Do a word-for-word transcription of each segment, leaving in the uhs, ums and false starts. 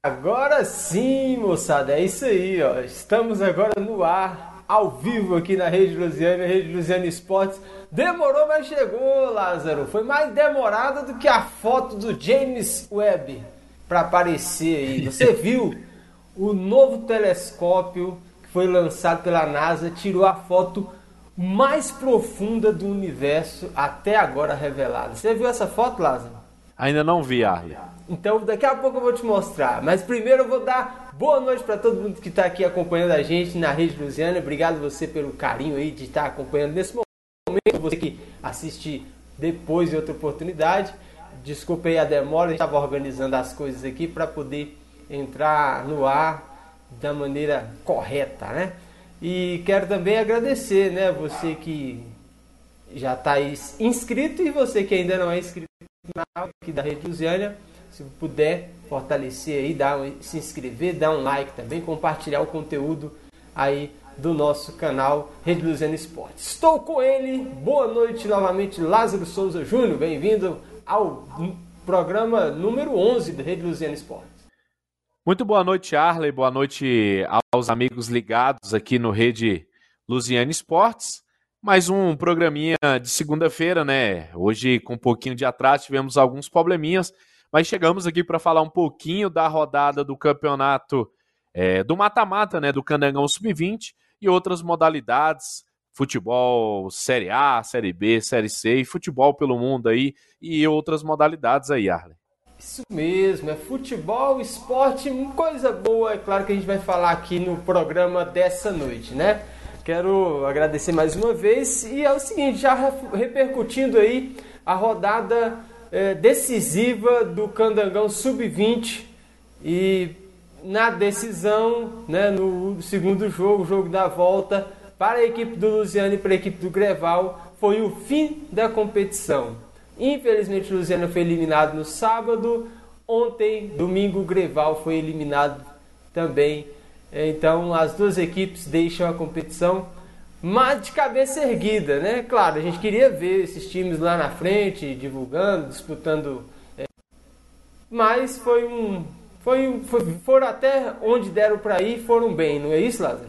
Agora sim, moçada, é isso aí, ó. Estamos agora no ar, ao vivo aqui na Rede Luziânia, Rede Luziânia Esportes. Demorou, mas chegou, Lázaro. Foi mais demorado do que a foto do James Webb para aparecer aí. Você viu? O novo telescópio que foi lançado pela NASA tirou a foto mais profunda do universo até agora revelada. Você viu essa foto, Lázaro? Ainda não vi, Arley. Então daqui a pouco eu vou te mostrar. Mas primeiro eu vou dar boa noite para todo mundo que está aqui acompanhando a gente na Rede Luziânia. Obrigado você pelo carinho aí de estar acompanhando nesse momento. Você que assiste depois em outra oportunidade. Desculpa aí a demora, a gente estava organizando as coisas aqui para poder entrar no ar da maneira correta, né? E quero também agradecer, né, você que já está inscrito e você que ainda não é inscrito no canal aqui da Rede Luziânia, se puder fortalecer aí, dar um, se inscrever, dar um like também, compartilhar o conteúdo aí do nosso canal Rede Luziânia Esportes. Estou com ele, boa noite novamente, Lázaro Souza Júnior, bem-vindo ao programa número onze da Rede Luziânia Esportes. Muito boa noite, Arley, boa noite aos amigos ligados aqui no Rede Luziânia Esportes. Mais um programinha de segunda-feira, né? Hoje, com um pouquinho de atraso, tivemos alguns probleminhas, mas chegamos aqui para falar um pouquinho da rodada do campeonato é, do mata-mata, né? Do Candangão sub vinte e outras modalidades, futebol Série A, Série B, Série C e futebol pelo mundo aí e outras modalidades aí, Arley. Isso mesmo, é futebol, esporte, coisa boa, é claro que a gente vai falar aqui no programa dessa noite, né? Quero agradecer mais uma vez e é o seguinte, já repercutindo aí a rodada é, decisiva do Candangão sub vinte e na decisão, né, no segundo jogo, o jogo da volta para a equipe do Luziânia e para a equipe do Greval, foi o fim da competição. Infelizmente o Luziânia foi eliminado no sábado, ontem, domingo, o Greval foi eliminado também. Então as duas equipes deixam a competição, mas de cabeça erguida, né? Claro, a gente queria ver esses times lá na frente, divulgando, disputando, é... mas foi um, foi um, foi, foram até onde deram para ir, foram bem, não é isso, Lázaro?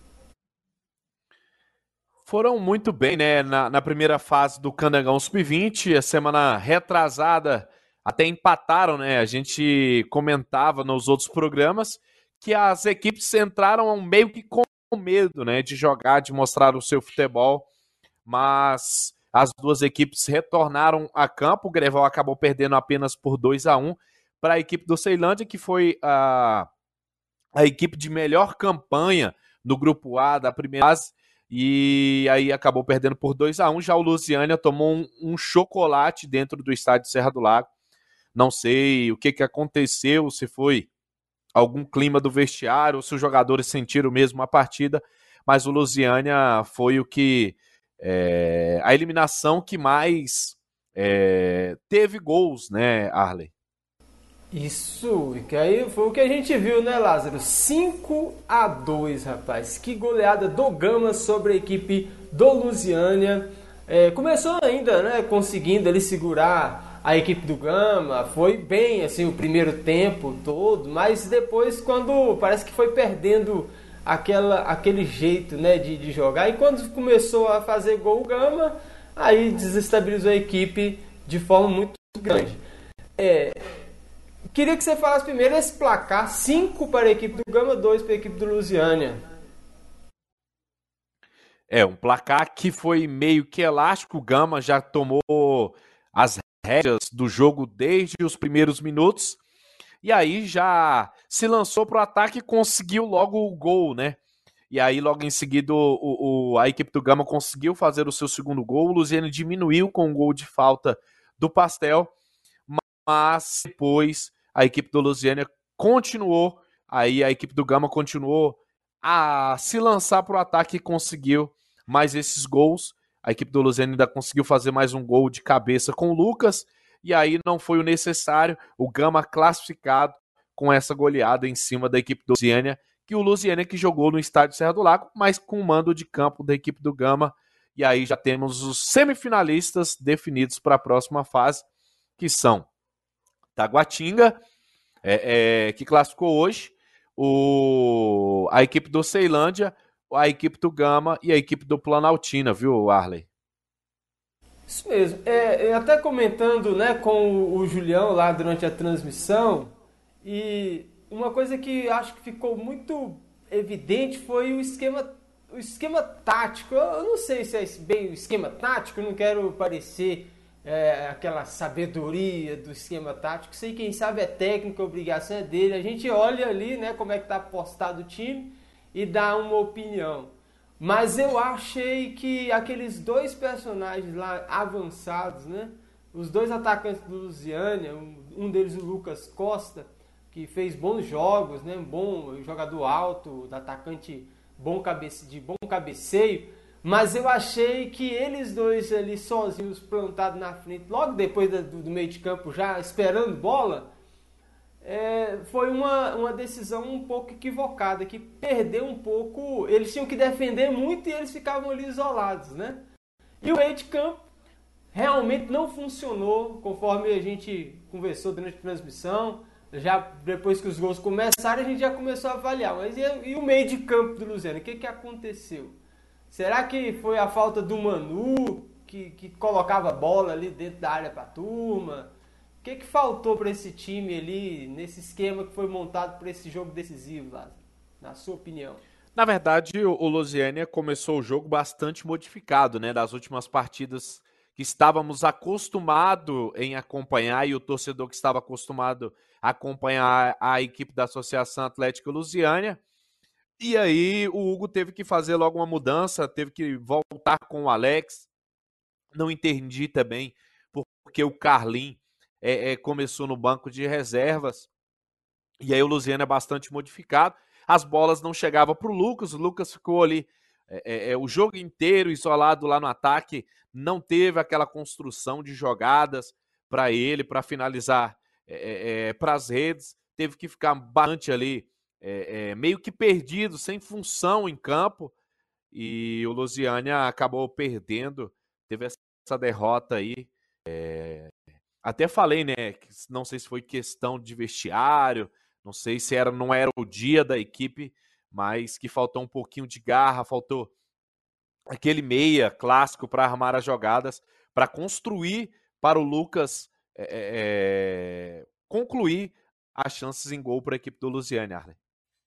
Foram muito bem, né? Na, na primeira fase do Candangão sub vinte, a semana retrasada até empataram, né? A gente comentava nos outros programas que as equipes entraram meio que com medo, né? De jogar, de mostrar o seu futebol, mas as duas equipes retornaram a campo. O Greval acabou perdendo apenas por dois a um para a equipe do Ceilândia, que foi a, a equipe de melhor campanha no grupo A da primeira fase. E aí acabou perdendo por dois a um. Já o Luziânia tomou um, um chocolate dentro do estádio Serra do Lago. Não sei o que, que aconteceu, se foi algum clima do vestiário, ou se os jogadores sentiram mesmo a partida, mas o Luziânia foi o que é, a eliminação que mais é, teve gols, né, Arley? Isso, que aí foi o que a gente viu, né, Lázaro? cinco a dois, rapaz. Que goleada do Gama sobre a equipe do Luziânia. É, começou ainda, né, conseguindo ali segurar a equipe do Gama. Foi bem, assim, o primeiro tempo todo, mas depois, quando parece que foi perdendo aquela, aquele jeito, né, de, de jogar. E quando começou a fazer gol o Gama, aí desestabilizou a equipe de forma muito grande. É... Queria que você falasse primeiro esse placar, cinco para a equipe do Gama, dois para a equipe do Luziânia. É, um placar que foi meio que elástico. O Gama já tomou as rédeas do jogo desde os primeiros minutos. E aí já se lançou para o ataque e conseguiu logo o gol, né? E aí logo em seguida o, o, a equipe do Gama conseguiu fazer o seu segundo gol. O Luziânia diminuiu com o gol de falta do Pastel. Mas depois a equipe do Luziânia continuou, aí a equipe do Gama continuou a se lançar para o ataque e conseguiu mais esses gols. A equipe do Luziânia ainda conseguiu fazer mais um gol de cabeça com o Lucas, e aí não foi o necessário. O Gama classificado com essa goleada em cima da equipe do Luziânia, que o Luziânia que jogou no estádio Serra do Lago, mas com o mando de campo da equipe do Gama. E aí já temos os semifinalistas definidos para a próxima fase, que são Taguatinga, é, é, que classificou hoje o, a equipe do Ceilândia, a equipe do Gama e a equipe do Planaltina, viu, Arley? Isso mesmo. É, é, até comentando, né, com o, o Julião lá durante a transmissão, e uma coisa que acho que ficou muito evidente foi o esquema, o esquema tático. Eu, eu não sei se é bem o esquema tático, eu não quero parecer é, aquela sabedoria do esquema tático. Sei, quem sabe é técnico, a obrigação é dele. A gente olha ali, né, como é que tá postado o time e dá uma opinião. Mas eu achei que aqueles dois personagens lá avançados, né? Os dois atacantes do Lusiânia, um, um deles o Lucas Costa, que fez bons jogos, né? Um bom jogador alto, atacante bom cabece, de bom cabeceio. Mas eu achei que eles dois ali sozinhos, plantados na frente, logo depois do, do meio de campo, já esperando bola, é, foi uma, uma decisão um pouco equivocada, que perdeu um pouco. Eles tinham que defender muito e eles ficavam ali isolados, né? E o meio de campo realmente não funcionou, conforme a gente conversou durante a transmissão. Já depois que os gols começaram, a gente já começou a avaliar. Mas e, e o meio de campo do Luziano? O que, que aconteceu? Será que foi a falta do Manu, que, que colocava a bola ali dentro da área para a turma? O que, que faltou para esse time ali, nesse esquema que foi montado para esse jogo decisivo, Lázaro? Na sua opinião? Na verdade, o, o Lusiânia começou o jogo bastante modificado, né? Das últimas partidas que estávamos acostumados em acompanhar, e o torcedor que estava acostumado a acompanhar a equipe da Associação Atlética Lusiânia. E aí o Hugo teve que fazer logo uma mudança, teve que voltar com o Alex. Não entendi também porque o Carlin é, é, começou no banco de reservas. E aí o Lusiano é bastante modificado. As bolas não chegavam para o Lucas. O Lucas ficou ali é, é, o jogo inteiro isolado lá no ataque. Não teve aquela construção de jogadas para ele, para finalizar é, é, para as redes. Teve que ficar bastante ali, é, é, meio que perdido, sem função em campo. E o Lusiânia acabou perdendo. Teve essa derrota aí. É... Até falei, né? Que não sei se foi questão de vestiário, não sei se era, não era o dia da equipe, mas que faltou um pouquinho de garra, faltou aquele meia clássico para armar as jogadas, para construir para o Lucas é, é, concluir as chances em gol para a equipe do Lusiânia, Arlen.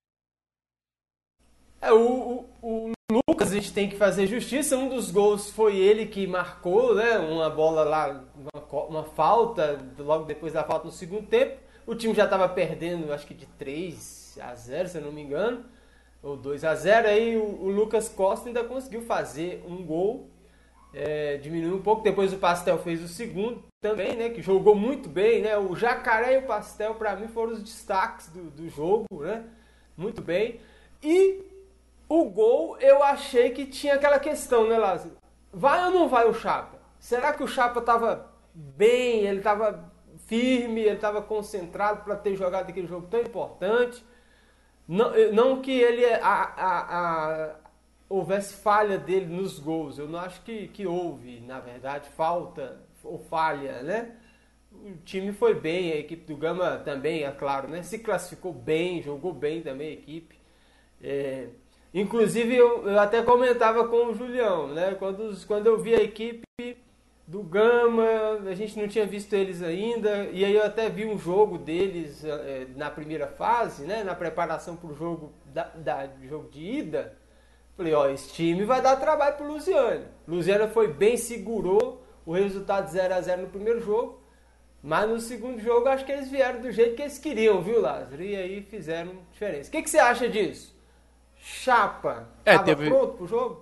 É, o, o, o Lucas, a gente tem que fazer justiça. Um dos gols foi ele que marcou, né? Uma bola lá, uma, uma falta, logo depois da falta no segundo tempo. O time já estava perdendo, acho que de três a zero, se eu não me engano, ou dois a zero. Aí o, o Lucas Costa ainda conseguiu fazer um gol, é, diminuiu um pouco. Depois o Pastel fez o segundo também, né? Que jogou muito bem, né? O Jacaré e o Pastel, para mim, foram os destaques do, do jogo, né? Muito bem. E o gol, eu achei que tinha aquela questão, né, Lázaro? Vai ou não vai o Chapa? Será que o Chapa estava bem, ele estava firme, ele estava concentrado para ter jogado aquele jogo tão importante? Não, não que ele a, a, a, houvesse falha dele nos gols, eu não acho que, que houve, na verdade, falta ou falha, né? O time foi bem, a equipe do Gama também, é claro, né? Se classificou bem, jogou bem também a equipe. É... Inclusive, eu, eu até comentava com o Julião, né? Quando, quando eu vi a equipe do Gama, a gente não tinha visto eles ainda, e aí eu até vi um jogo deles é, na primeira fase, né? Na preparação para o jogo, da, da, jogo de ida. Falei, ó, esse time vai dar trabalho pro Lusiano. Lusiano foi bem, segurou o resultado zero a zero no primeiro jogo, mas no segundo jogo acho que eles vieram do jeito que eles queriam, viu, Lázaro? E aí fizeram diferença. O que, que você acha disso? Chapa, é, tava teve, pronto pro jogo?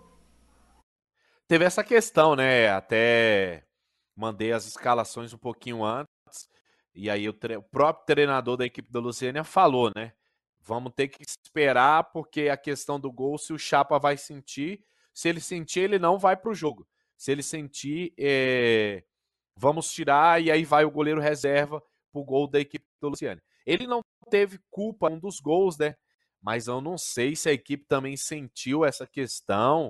Teve essa questão, né? Até mandei as escalações um pouquinho antes, e aí o, tre- o próprio treinador da equipe da Luciânia falou, né? Vamos ter que esperar, porque a questão do gol, se o Chapa vai sentir, se ele sentir, ele não vai pro jogo. Se ele sentir, é, vamos tirar, e aí vai o goleiro reserva pro gol da equipe do Luciânia. Ele não teve culpa um dos gols, né? Mas eu não sei se a equipe também sentiu essa questão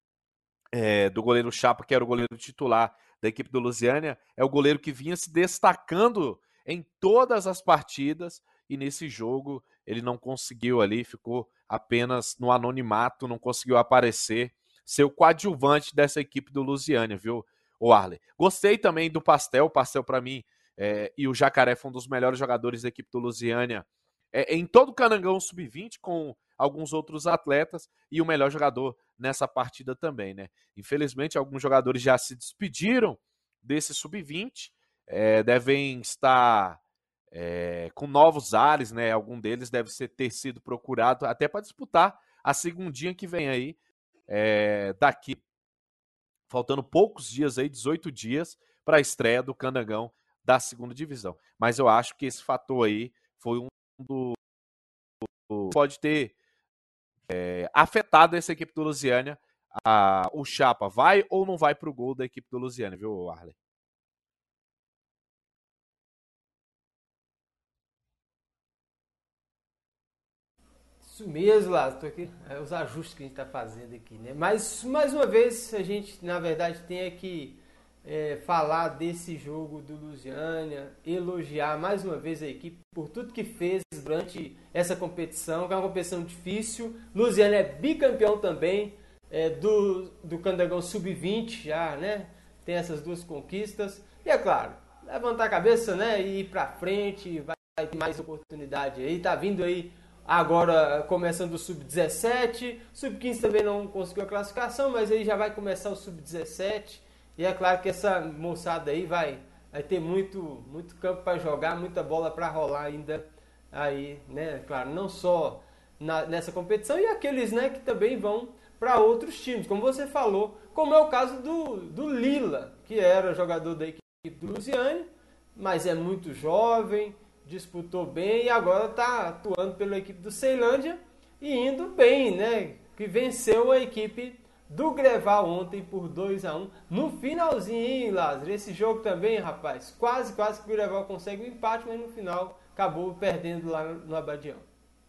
é, do goleiro Chapa, que era o goleiro titular da equipe do Lusiânia. É o goleiro que vinha se destacando em todas as partidas e nesse jogo ele não conseguiu ali, ficou apenas no anonimato, não conseguiu aparecer, ser o coadjuvante dessa equipe do Lusiânia, viu, o Arley? Gostei também do Pastel, o Pastel para mim, é, e o Jacaré foi um dos melhores jogadores da equipe do Lusiânia, é, em todo o Canangão sub vinte, com alguns outros atletas, e o melhor jogador nessa partida também, né? Infelizmente, alguns jogadores já se despediram desse sub vinte, é, devem estar é, com novos ares, né? Algum deles deve ser, ter sido procurado até para disputar a segundinha que vem aí, é, daqui, faltando poucos dias aí, dezoito dias, para a estreia do Canangão da segunda divisão. Mas eu acho que esse fator aí foi um do... pode ter é, afetado essa equipe do Lusiânia. A, o Chapa vai ou não vai para o gol da equipe do Lusiânia, viu, Arley? Isso mesmo, Lázaro. Tô aqui, é, os ajustes que a gente está fazendo aqui, né? Mas, mais uma vez, a gente, na verdade, tem que é, falar desse jogo do Lusiânia, elogiar mais uma vez a equipe por tudo que fez durante essa competição, que é uma competição difícil. Lusiânia é bicampeão também é, do, do Candangão sub vinte, já, né? Tem essas duas conquistas. E, é claro, levantar a cabeça, né? E ir pra frente, vai ter mais oportunidade aí. Tá vindo aí agora começando o sub dezessete, sub quinze também não conseguiu a classificação, mas aí já vai começar o sub dezessete. E é claro que essa moçada aí vai, vai ter muito, muito campo para jogar, muita bola para rolar ainda aí, né? Claro, não só na, nessa competição, e aqueles, né, que também vão para outros times, como você falou, como é o caso do, do Lila, que era jogador da equipe do Lusiânia, mas é muito jovem, disputou bem e agora está atuando pela equipe do Ceilândia e indo bem, né? Que venceu a equipe do Greval ontem por dois a um. No finalzinho, hein, Lázaro? Esse jogo também, rapaz, quase, quase que o Greval consegue um empate, mas no final acabou perdendo lá no Abadião.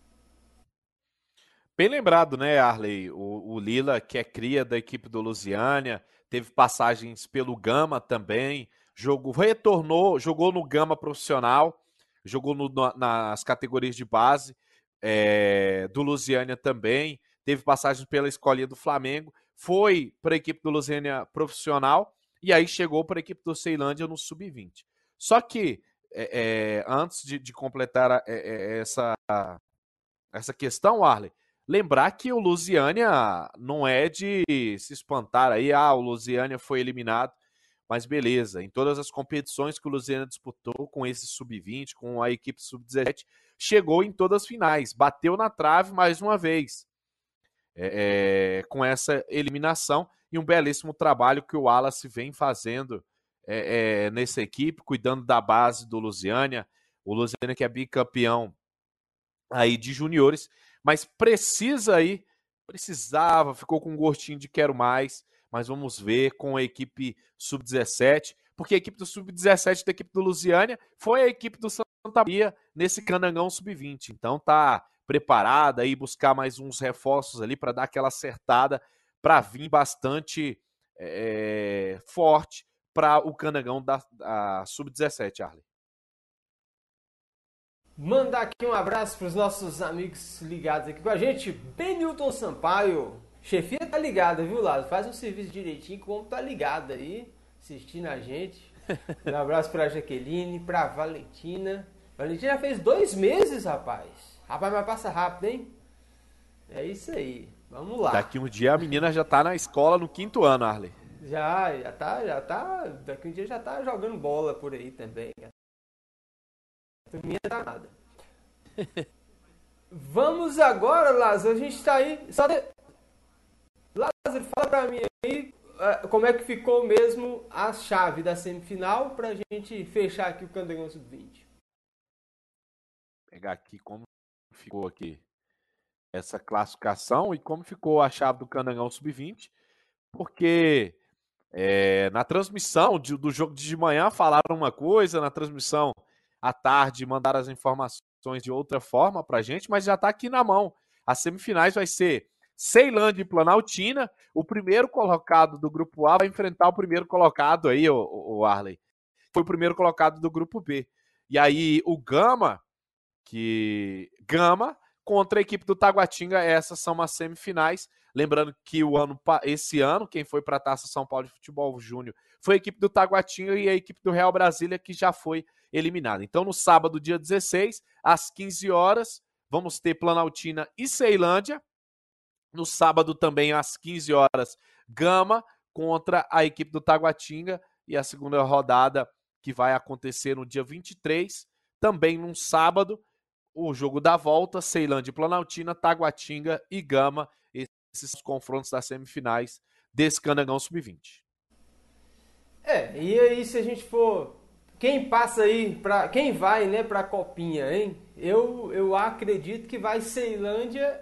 Bem lembrado, né, Arley? O, o Lila, que é cria da equipe do Lusiânia, teve passagens pelo Gama também, jogou, retornou, jogou no Gama profissional, jogou no, nas categorias de base é, do Lusiânia também, teve passagens pela escolinha do Flamengo, foi para a equipe do Lusiânia profissional e aí chegou para a equipe do Ceilândia no sub vinte. Só que, é, é, antes de, de completar a, é, essa, essa questão, Arley, lembrar que o Lusiânia não é de se espantar aí, ah, o Lusiânia foi eliminado. Mas beleza, em todas as competições que o Lusiânia disputou com esse sub vinte, com a equipe sub dezessete, chegou em todas as finais, bateu na trave mais uma vez, é, é, com essa eliminação e um belíssimo trabalho que o Wallace vem fazendo é, é, nessa equipe, cuidando da base do Lusiânia, o Lusiânia que é bicampeão aí de juniores, mas precisa aí, precisava, ficou com um gostinho de quero mais, mas vamos ver com a equipe sub dezessete, porque a equipe do sub dezessete da equipe do Lusiânia foi a equipe do Santa Maria nesse Canangão sub vinte, então tá preparada aí buscar mais uns reforços ali para dar aquela acertada, para vir bastante é, forte para o Canangão da, da sub dezessete, Arley. Mandar aqui um abraço para os nossos amigos ligados aqui com a gente. Benilton Sampaio. Chefia tá ligada, viu, Lázaro? Faz um serviço direitinho, como tá ligado aí, assistindo a gente. Um abraço pra Jaqueline, pra Valentina. Valentina já fez dois meses, rapaz. Rapaz, mas passa rápido, hein? É isso aí. Vamos lá. Daqui um dia a menina já tá na escola no quinto ano, Arley. Já, já tá, já tá. Daqui um dia já tá jogando bola por aí também. A minha tá nada. Vamos agora, Lázaro. A gente tá aí. Só de... Lázaro, fala pra mim aí como é que ficou mesmo a chave da semifinal pra gente fechar aqui o Candangão sub vinte. Vou pegar aqui como ficou aqui essa classificação e como ficou a chave do Candangão sub vinte, porque é, na transmissão de, do jogo de manhã falaram uma coisa, na transmissão à tarde mandaram as informações de outra forma pra gente, mas já tá aqui na mão. As semifinais vai ser Ceilândia e Planaltina, o primeiro colocado do grupo A vai enfrentar o primeiro colocado aí, o, o Arley. Foi o primeiro colocado do grupo B. E aí o Gama, que Gama contra a equipe do Taguatinga. Essas são as semifinais. Lembrando que o ano, esse ano, quem foi para a Taça São Paulo de Futebol Júnior foi a equipe do Taguatinga e a equipe do Real Brasília, que já foi eliminada. Então, no sábado, dia dezesseis, às quinze horas, vamos ter Planaltina e Ceilândia. No sábado, também, às quinze horas, Gama contra a equipe do Taguatinga. E a segunda rodada, que vai acontecer no dia vinte e três, também num sábado, o jogo da volta, Ceilândia e Planaltina, Taguatinga e Gama. Esses são os confrontos das semifinais desse Candangão sub vinte. É, e aí se a gente for... Quem passa aí, pra, quem vai, né, pra Copinha, hein? Eu, eu acredito que vai Ceilândia,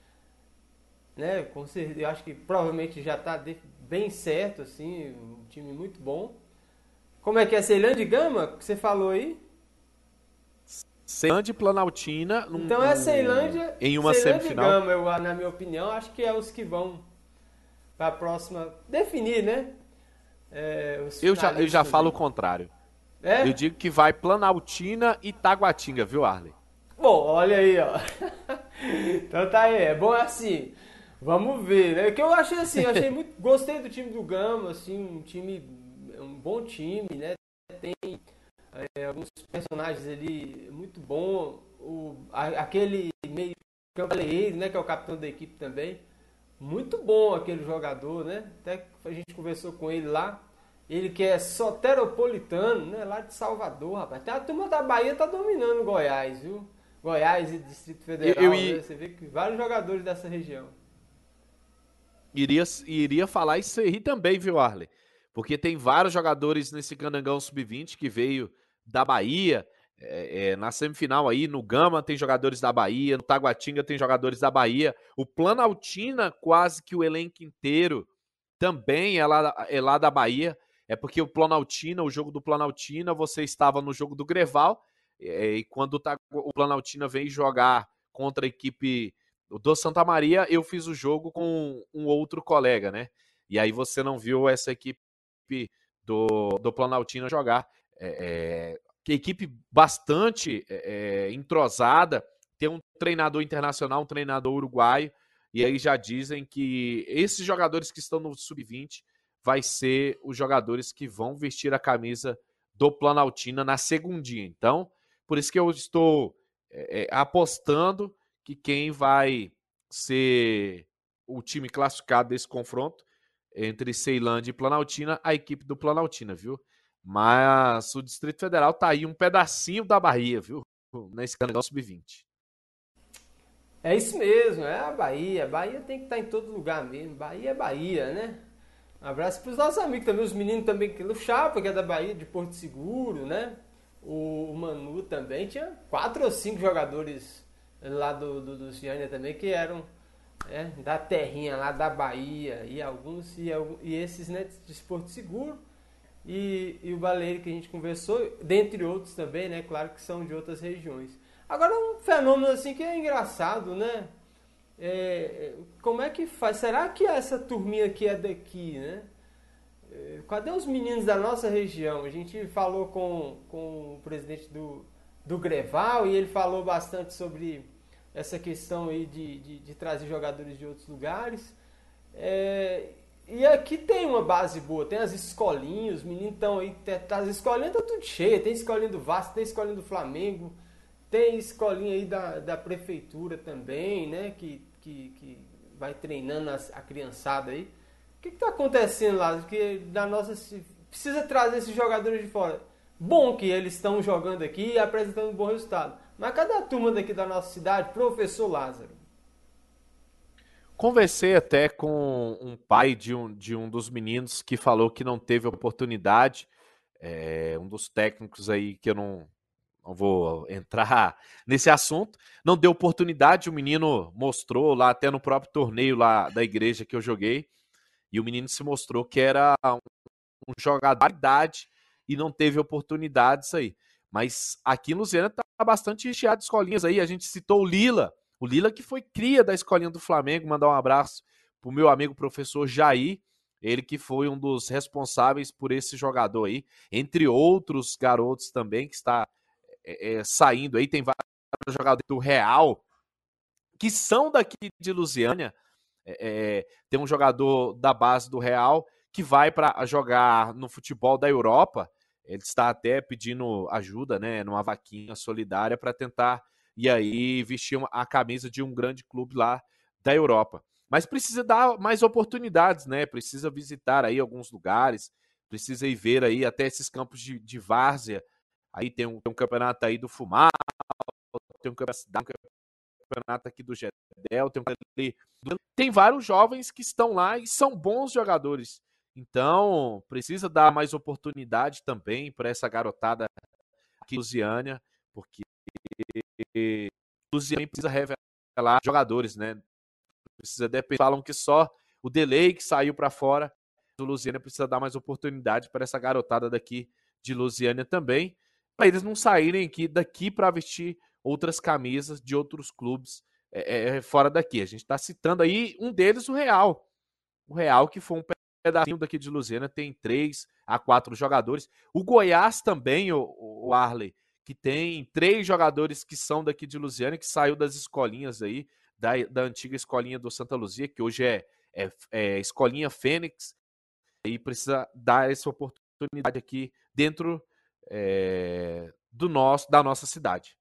né, com certeza, eu acho que provavelmente já tá de, bem certo, assim, um time muito bom. Como é que é, Ceilândia e Gama, que você falou aí? Ceilândia e Planaltina num, então é Ceilândia, em uma Ceilândia semifinal. E Gama, eu, na minha opinião, acho que é os que vão para a próxima definir, né? É, eu já, eu já falo o contrário. É? Eu digo que vai Planaltina e Taguatinga, viu, Arley? Bom, olha aí, ó. Então tá aí, é bom assim. Vamos ver, né? O que eu achei assim, eu achei muito, gostei do time do Gama, assim, um time, um bom time, né? Tem é, alguns personagens ali muito bom, o, a, aquele meio campo, né, que é o capitão da equipe também, muito bom aquele jogador, né? Até a gente conversou com ele lá, ele que é soteropolitano, né, lá de Salvador, rapaz. Até a turma da Bahia tá dominando Goiás, viu? Goiás e Distrito Federal, eu, eu, né? Você vê que vários jogadores dessa região. Iria, iria falar isso aí também, viu, Arley? Porque tem vários jogadores nesse Candangão sub vinte que veio da Bahia, é, é, na semifinal aí, no Gama tem jogadores da Bahia, no Taguatinga tem jogadores da Bahia, o Planaltina, quase que o elenco inteiro também é lá, é lá da Bahia, é porque o Planaltina, o jogo do Planaltina, você estava no jogo do Greval, é, e quando o, o Planaltina veio jogar contra a equipe do Santa Maria, eu fiz o jogo com um outro colega, né? E aí você não viu essa equipe do, do Planaltina jogar. É, é, equipe bastante é, entrosada, tem um treinador internacional, um treinador uruguaio, e aí já dizem que esses jogadores que estão no sub vinte vai ser os jogadores que vão vestir a camisa do Planaltina na segundinha. Então, por isso que eu estou é, apostando que quem vai ser o time classificado desse confronto entre Ceilândia e Planaltina, a equipe do Planaltina, viu? Mas o Distrito Federal tá aí um pedacinho da Bahia, viu? Nesse Candangão sub vinte. É isso mesmo, é a Bahia. A Bahia tem que estar em todo lugar mesmo. Bahia é Bahia, né? Um abraço para os nossos amigos também, os meninos também, o Chapa, que é da Bahia, de Porto Seguro, né? O Manu também tinha quatro ou cinco jogadores lá do, do, do Ciânia também que eram é, da terrinha lá da Bahia, e alguns, e, e esses, né, de Porto Seguro. E, e o Baleiro que a gente conversou, dentre outros também, né? Claro que são de outras regiões. Agora, um fenômeno assim que é engraçado, né? É, como é que faz? Será que essa turminha aqui é daqui, né? É, cadê os meninos da nossa região? A gente falou com, com o presidente do, do Greval e ele falou bastante sobre essa questão aí de, de, de trazer jogadores de outros lugares. É, e aqui tem uma base boa, tem as escolinhas, os meninos estão aí, as escolinhas estão tudo cheias, tem escolinha do Vasco, tem escolinha do Flamengo, tem escolinha aí da, da prefeitura também, né, que, que, que vai treinando a, a criançada aí. O que está acontecendo lá? Porque da nossa, precisa trazer esses jogadores de fora. Bom que eles estão jogando aqui e apresentando um bom resultado. Mas cadê a turma daqui da nossa cidade? Professor Lázaro. Conversei até com um pai de um, de um dos meninos que falou que não teve oportunidade. É, um dos técnicos aí que eu não, não vou entrar nesse assunto. Não deu oportunidade, o menino mostrou lá até no próprio torneio lá da igreja que eu joguei. E o menino se mostrou que era um, um jogador de idade e não teve oportunidades aí. Mas aqui em Lusiana tá bastante recheado de escolinhas aí. A gente citou o Lila. O Lila que foi cria da escolinha do Flamengo. Mandar um abraço pro meu amigo professor Jair. Ele que foi um dos responsáveis por esse jogador aí. Entre outros garotos também que está é, é, saindo aí. Tem jogadores do Real, que são daqui de Lusiânia. É, tem um jogador da base do Real que vai para jogar no futebol da Europa. Ele está até pedindo ajuda, né, numa vaquinha solidária para tentar e aí vestir a camisa de um grande clube lá da Europa. Mas precisa dar mais oportunidades, né? Precisa visitar aí alguns lugares, precisa ir ver aí até esses campos de, de várzea. Aí tem um, tem um campeonato aí do Fumar, tem um campeonato, um campeonato aqui do Gedel, tem um ali. Tem vários jovens que estão lá e são bons jogadores. Então, precisa dar mais oportunidade também para essa garotada aqui em Lusiânia, porque Lusiânia precisa revelar jogadores, né? Precisa depender. Falam que só o delay que saiu para fora do Lusiânia precisa dar mais oportunidade para essa garotada daqui de Lusiânia também, para eles não saírem aqui daqui para vestir outras camisas de outros clubes é, é, fora daqui. A gente está citando aí um deles, o Real. O Real, que foi um pedacinho daqui de Lusiânia, tem três a quatro jogadores. O Goiás também, o, o Arley, que tem três jogadores que são daqui de Lusiânia, que saiu das escolinhas aí, da, da antiga escolinha do Santa Luzia, que hoje é, é, é Escolinha Fênix, e precisa dar essa oportunidade aqui dentro é, do nosso, da nossa cidade.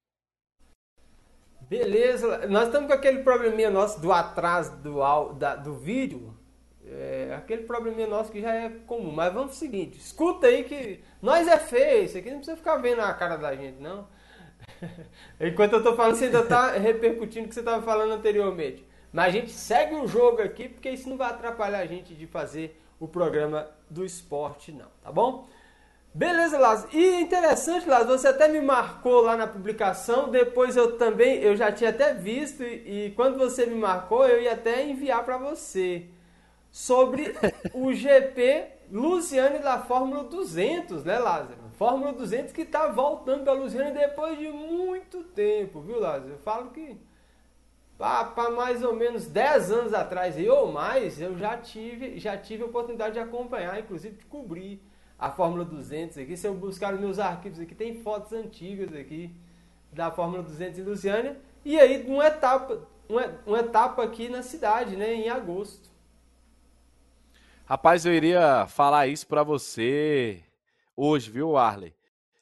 Beleza, nós estamos com aquele probleminha nosso do atraso do, da, do vídeo, é, aquele probleminha nosso que já é comum, mas vamos pro seguinte, escuta aí que nós é feio, isso aqui não precisa ficar vendo a cara da gente, não. Enquanto eu tô falando, você ainda tá repercutindo o que você estava falando anteriormente. Mas a gente segue o jogo aqui, porque isso não vai atrapalhar a gente de fazer o programa do esporte, não, tá bom? Beleza, Lázaro. E interessante, Lázaro, você até me marcou lá na publicação, depois eu também, eu já tinha até visto, e, e quando você me marcou, eu ia até enviar para você, sobre o G P Lusiânia da Fórmula duzentos, né, Lázaro? Fórmula duzentos que tá voltando para Lusiânia depois de muito tempo, viu, Lázaro? Eu falo que para mais ou menos dez anos atrás, ou mais, eu já tive, já tive a oportunidade de acompanhar, inclusive de cobrir a Fórmula duzentos aqui. Se eu buscar os meus arquivos aqui, tem fotos antigas aqui da Fórmula duzentos em Lusiânia. E aí, uma etapa, uma, uma etapa aqui na cidade, né, em agosto. Rapaz, eu iria falar isso para você hoje, viu, Arley?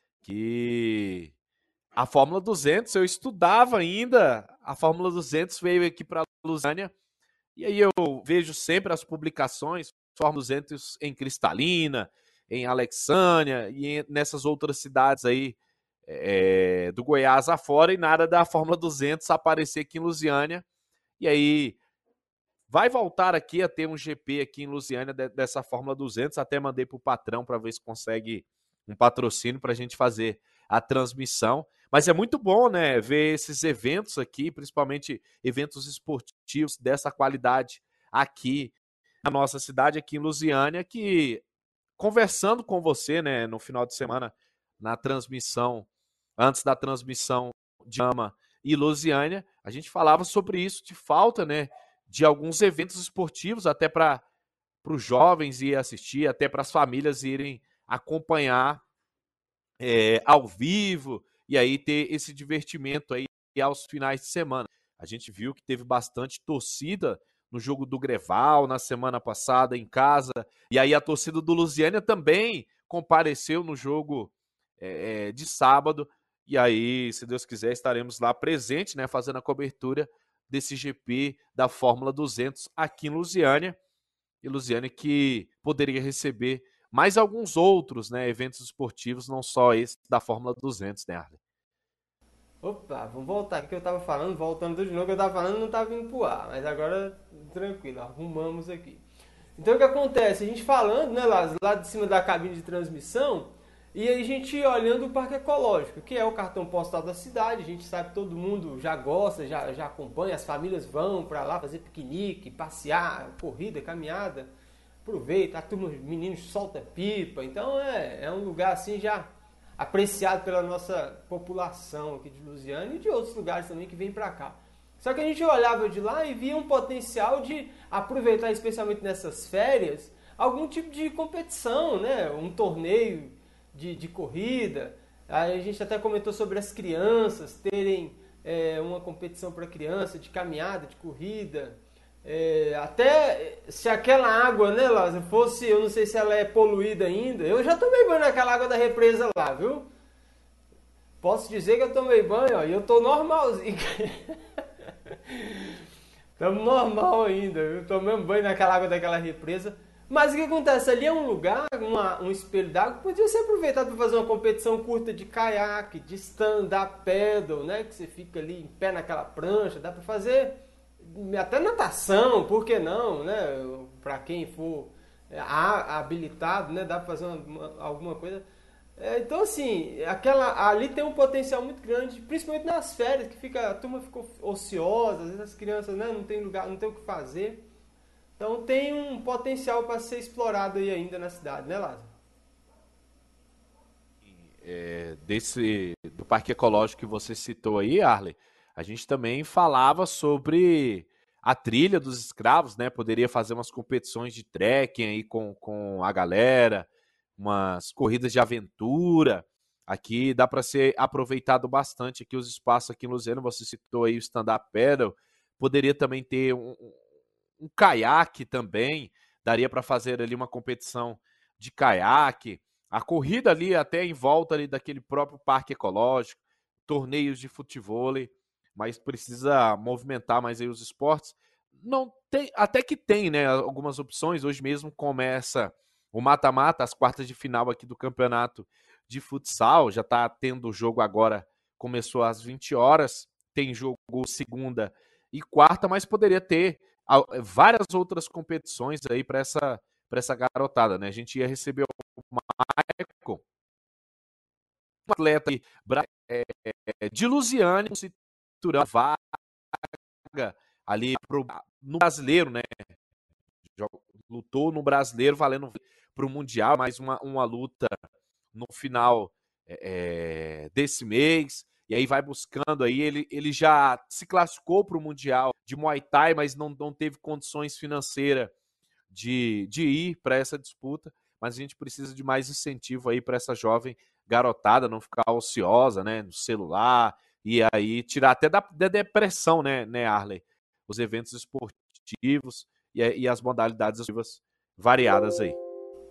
Que a Fórmula duzentos, eu estudava ainda, a Fórmula duzentos veio aqui para Lusiânia, e aí eu vejo sempre as publicações, Fórmula duzentos em Cristalina, em Alexânia e nessas outras cidades aí é, do Goiás afora, e nada da Fórmula duzentos aparecer aqui em Lusiânia. E aí vai voltar aqui a ter um G P aqui em Lusiânia dessa Fórmula duzentos, até mandei para o patrão para ver se consegue um patrocínio para a gente fazer a transmissão. Mas é muito bom, né, ver esses eventos aqui, principalmente eventos esportivos dessa qualidade aqui na nossa cidade, aqui em Lusiânia, que conversando com você, né, no final de semana, na transmissão, antes da transmissão de Ama e Lusiânia, a gente falava sobre isso, de falta, né, de alguns eventos esportivos, até para os jovens ir assistir, até para as famílias irem acompanhar é, ao vivo, e aí ter esse divertimento aí aos finais de semana. A gente viu que teve bastante torcida no jogo do Greval, na semana passada, em casa. E aí a torcida do Lusiânia também compareceu no jogo é, de sábado. E aí, se Deus quiser, estaremos lá presentes, né, fazendo a cobertura desse G P da Fórmula duzentos aqui em Lusiânia. E Lusiânia que poderia receber mais alguns outros, né, eventos esportivos, não só esse da Fórmula duzentos, né, Arley? Opa, vamos voltar aqui que eu tava falando, voltando de novo, que eu tava falando não tava vindo pro ar, mas agora tranquilo, arrumamos aqui. Então o que acontece? A gente falando, né, lá, lá de cima da cabine de transmissão, e aí a gente olhando o Parque Ecológico, que é o cartão postal da cidade, a gente sabe que todo mundo já gosta, já, já acompanha, as famílias vão para lá fazer piquenique, passear, corrida, caminhada, aproveita, a turma, os meninos solta pipa, então é, é um lugar assim já apreciado pela nossa população aqui de Lusiânia e de outros lugares também que vêm para cá. Só que a gente olhava de lá e via um potencial de aproveitar, especialmente nessas férias, algum tipo de competição, né? Um torneio de, de corrida, Aí a gente até comentou sobre as crianças terem é, uma competição para criança de caminhada, de corrida. É, até se aquela água, né, Lázaro, fosse, eu não sei se ela é poluída ainda. Eu já tomei banho naquela água da represa lá, viu? Posso dizer que eu tomei banho, ó, e eu tô normalzinho. Estamos normal ainda, viu? Tomamos banho naquela água daquela represa. Mas o que acontece? Ali é um lugar, uma, um espelho d'água que podia ser aproveitado para fazer uma competição curta de caiaque, de stand-up paddle, né? Que você fica ali em pé naquela prancha, dá para fazer até natação, por que não, né? Para quem for habilitado, né? Dá para fazer uma, uma, alguma coisa. É, então, assim, aquela, ali tem um potencial muito grande, principalmente nas férias, que fica, a turma ficou ociosa, às vezes as crianças, né, não tem lugar, não tem o que fazer. Então tem um potencial para ser explorado aí ainda na cidade, né, Lázaro? É, desse, do Parque Ecológico que você citou aí, Arley, a gente também falava sobre a trilha dos escravos, né? Poderia fazer umas competições de trekking aí com, com a galera, umas corridas de aventura. Aqui dá para ser aproveitado bastante aqui os espaços aqui em Luziano. Você citou aí o stand-up paddle. Poderia também ter um, um, um caiaque também. Daria para fazer ali uma competição de caiaque. A corrida ali até em volta ali daquele próprio parque ecológico, torneios de futevôlei, mas precisa movimentar mais aí os esportes. Não tem, até que tem, né, algumas opções. Hoje mesmo começa o mata-mata, as quartas de final aqui do campeonato de futsal. Já está tendo jogo agora, começou às vinte horas, tem jogo segunda e quarta, mas poderia ter várias outras competições aí para essa, para essa garotada, né? A gente ia receber o Michael, um atleta de Lusiânia, um cinturão vaga ali pro, no brasileiro, né? Lutou no brasileiro, valendo para o Mundial, mais uma, uma luta no final é, desse mês. E aí vai buscando aí, ele, ele já se classificou para o Mundial de Muay Thai, mas não, não teve condições financeiras de, de ir para essa disputa. Mas a gente precisa de mais incentivo aí para essa jovem garotada não ficar ociosa, né, no celular, e aí tirar até da, da depressão, né, né, Arley? Os eventos esportivos e, e as modalidades esportivas variadas aí.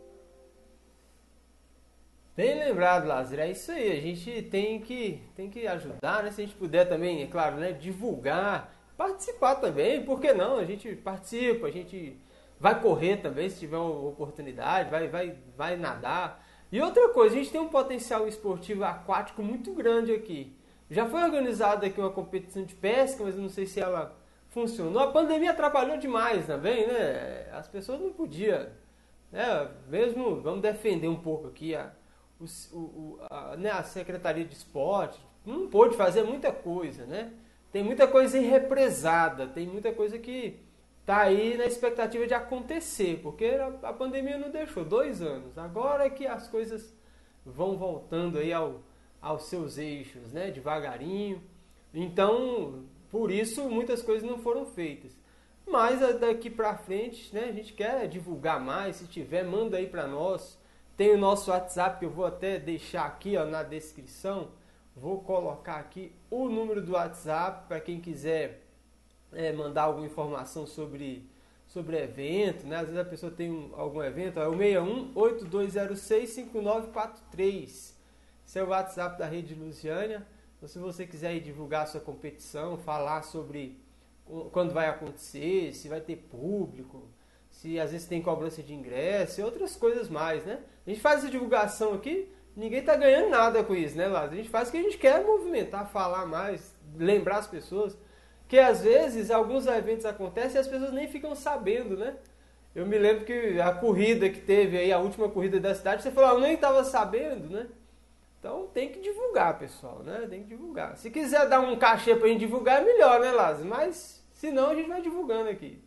Bem lembrado, Lázaro, é isso aí, a gente tem que, tem que ajudar, né? Se a gente puder também, é claro, né? Divulgar, participar também, por que não? A gente participa, a gente vai correr também, se tiver uma oportunidade, vai, vai, vai nadar. E outra coisa, a gente tem um potencial esportivo aquático muito grande aqui. Já foi organizada aqui uma competição de pesca, mas eu não sei se ela funcionou. A pandemia atrapalhou demais também, né? As pessoas não podiam, né? Mesmo, vamos defender um pouco aqui a O, o, a, né, a Secretaria de Esporte não pôde fazer muita coisa, né? Tem muita coisa irrepresada, tem muita coisa que tá aí na expectativa de acontecer, porque a, a pandemia não deixou dois anos. Agora é que as coisas vão voltando aí ao, aos seus eixos, né? Devagarinho. Então, por isso muitas coisas não foram feitas. Mas daqui para frente, né? A gente quer divulgar mais. Se tiver, manda aí para nós. Tem o nosso WhatsApp que eu vou até deixar aqui, ó, na descrição. Vou colocar aqui o número do WhatsApp para quem quiser é, mandar alguma informação sobre, sobre evento, né? Às vezes a pessoa tem um, algum evento, ó, é o seis um oito dois zero seis cinco nove quatro três. Esse é o WhatsApp da Rede Lusiânia. Então, se você quiser ir divulgar a sua competição, falar sobre quando vai acontecer, se vai ter público, se às vezes tem cobrança de ingresso e outras coisas mais, né? A gente faz essa divulgação aqui, ninguém tá ganhando nada com isso, né, Lázaro? A gente faz o que a gente quer movimentar, falar mais, lembrar as pessoas, que às vezes alguns eventos acontecem e as pessoas nem ficam sabendo, né? Eu me lembro que a corrida que teve aí, a última corrida da cidade, você falou, ah, eu nem estava sabendo, né? Então tem que divulgar, pessoal, né? Tem que divulgar. Se quiser dar um cachê pra gente divulgar, é melhor, né, Lázaro? Mas, se não, a gente vai divulgando aqui.